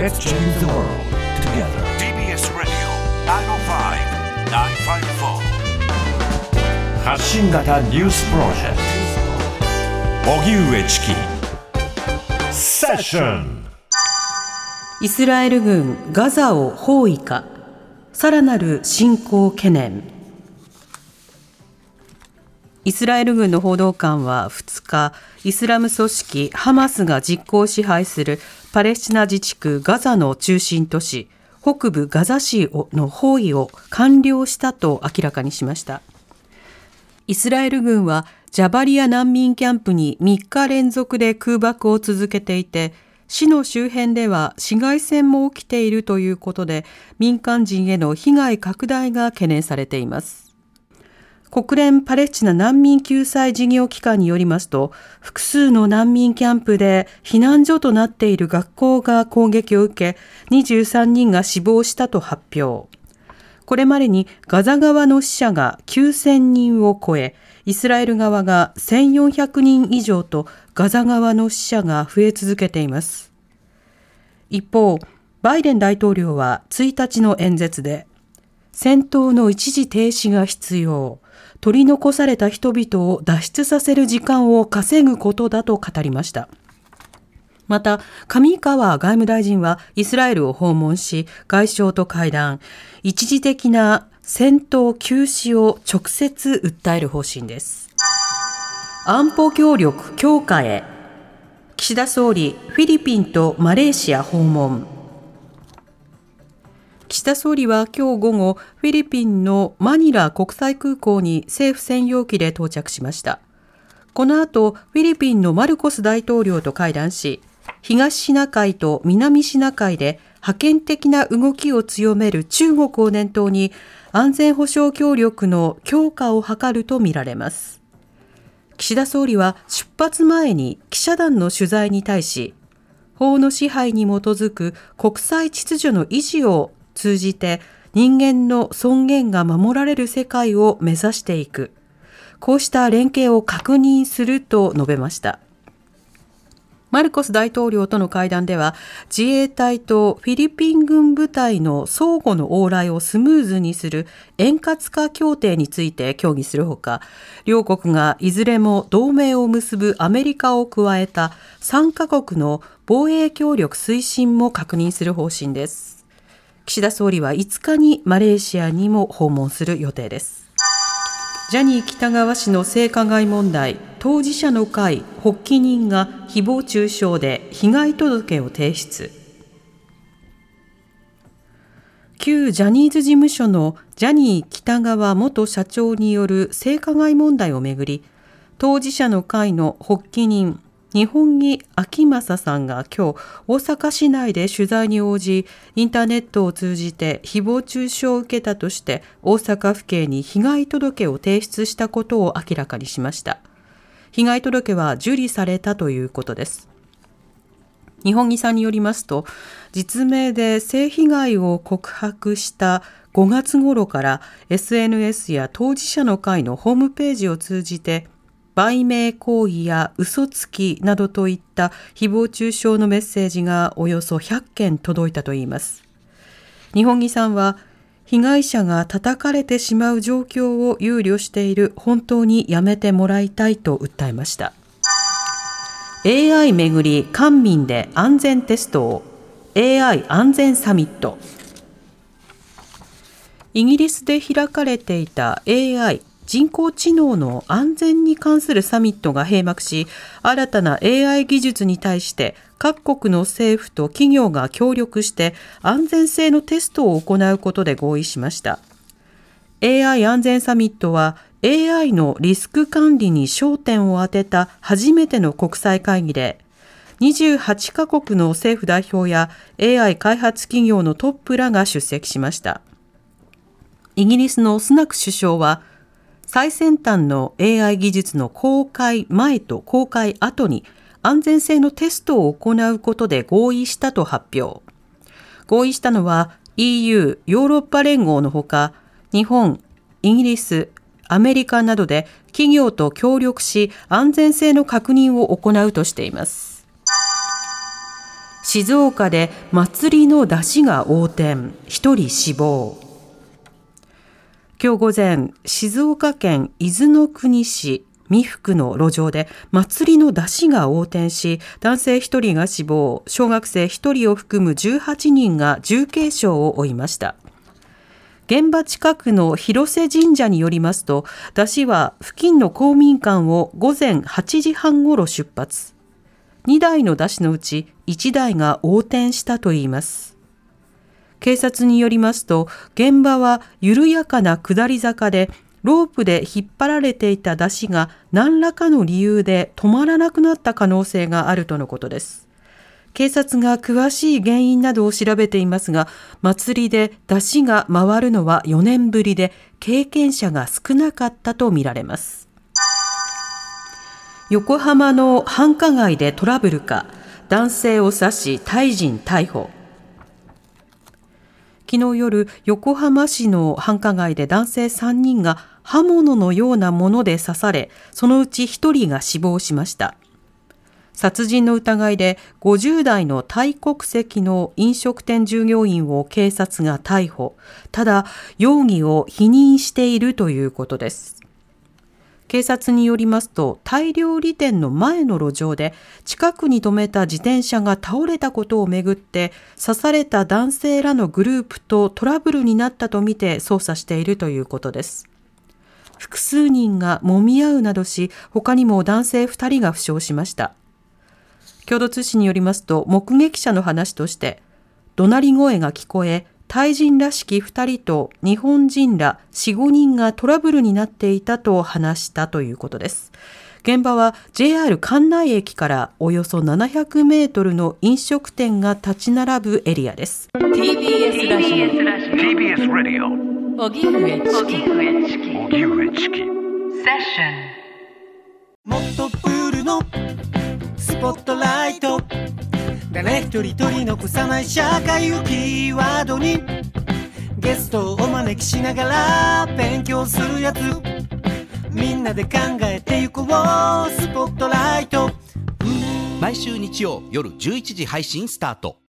Let's change the world together. TBS Radio 905-954 発信型ニュースプロジェクト荻上チキセッション。 イスラエル軍ガザを包囲か、さらなる侵攻懸念。イスラエル軍の報道官は2日、イスラム組織ハマスが実効支配するパレスチナ自治区ガザの中心都市北部ガザ市の包囲を完了したと明らかにしました。イスラエル軍はジャバリア難民キャンプに3日連続で空爆を続けていて、市の周辺では市街戦も起きているということで、民間人への被害拡大が懸念されています。国連パレスチナ難民救済事業機関によりますと、複数の難民キャンプで避難所となっている学校が攻撃を受け、23人が死亡したと発表。これまでにガザ側の死者が9000人を超え、イスラエル側が1400人以上とガザ側の死者が増え続けています。一方、バイデン大統領は1日の演説で、戦闘の一時停止が必要、取り残された人々を脱出させる時間を稼ぐことだと語りました。また、上川外務大臣はイスラエルを訪問し、外相と会談、一時的な戦闘休止を直接訴える方針です。安保協力強化へ。岸田総理、フィリピンとマレーシア訪問。岸田総理は今日午後、フィリピンのマニラ国際空港に政府専用機で到着しました。この後、フィリピンのマルコス大統領と会談し、東シナ海と南シナ海で覇権的な動きを強める中国を念頭に、安全保障協力の強化を図るとみられます。岸田総理は出発前に記者団の取材に対し、法の支配に基づく国際秩序の維持を通じて人間の尊厳が守られる世界を目指していく。こうした連携を確認すると述べました。マルコス大統領との会談では、自衛隊とフィリピン軍部隊の相互の往来をスムーズにする円滑化協定について協議するほか、両国がいずれも同盟を結ぶアメリカを加えた3カ国の防衛協力推進も確認する方針です。岸田総理は5日にマレーシアにも訪問する予定です。ジャニー喜多川氏の性加害問題、当事者の会発起人が誹謗中傷で被害届を提出。旧ジャニーズ事務所のジャニー喜多川元社長による性加害問題をめぐり、当事者の会の発起人二本木昭正さんが今日大阪市内で取材に応じ、インターネットを通じて誹謗中傷を受けたとして大阪府警に被害届を提出したことを明らかにしました。被害届は受理されたということです。二本木さんによりますと、実名で性被害を告白した5月頃から SNS や当事者の会のホームページを通じて売名行為や嘘つきなどといった誹謗中傷のメッセージがおよそ100件届いたといいます。二本木さんは、被害者が叩かれてしまう状況を憂慮している、本当にやめてもらいたいと訴えました。AI めぐり官民で安全テストを。 AI 安全サミット。イギリスで開かれていた AI人工知能の安全に関するサミットが閉幕し、新たな AI 技術に対して各国の政府と企業が協力して安全性のテストを行うことで合意しました。AI 安全サミットは AI のリスク管理に焦点を当てた初めての国際会議で、28カ国の政府代表や AI 開発企業のトップらが出席しました。イギリスのスナク首相は、最先端の AI 技術の公開前と公開後に安全性のテストを行うことで合意したと発表。合意したのは EU、ヨーロッパ連合のほか、日本、イギリス、アメリカなどで企業と協力し安全性の確認を行うとしています。 静岡で祭りの出汁が横転、1人死亡。今日午前、静岡県伊豆の国市三福の路上で祭りの出汁が横転し、男性1人が死亡、小学生1人を含む18人が重軽傷を負いました。現場近くの広瀬神社によりますと、出汁は付近の公民館を午前8時半ごろ出発。2台の出汁のうち1台が横転したといいます。警察によりますと、現場は緩やかな下り坂で、ロープで引っ張られていた出汁が何らかの理由で止まらなくなった可能性があるとのことです。警察が詳しい原因などを調べていますが、祭りで出汁が回るのは4年ぶりで、経験者が少なかったとみられます。横浜の繁華街でトラブルか、男性を刺しタイ人逮捕。昨日夜、横浜市の繁華街で男性3人が刃物のようなもので刺され、そのうち1人が死亡しました。殺人の疑いで50代のタイ国籍の飲食店従業員を警察が逮捕。ただ、容疑を否認しているということです。警察によりますと、タイ料理店の前の路上で近くに止めた自転車が倒れたことをめぐって刺された男性らのグループとトラブルになったとみて捜査しているということです。複数人が揉み合うなどし、他にも男性2人が負傷しました。共同通信によりますと、目撃者の話として、怒鳴り声が聞こえ、タイ人らしき2人と日本人ら 4,5 人がトラブルになっていたと話したということです。現場は JR 関内駅からおよそ700メートルの飲食店が立ち並ぶエリアです。TBS ラジオ TBS ラジオ荻上チキセッション。 もっとプールのスポットライト、誰一人取り残さない社会をキーワードにゲストをお招きしながら勉強するやつ、みんなで考えてゆこうスポットライト。 毎週日曜夜11時配信スタート。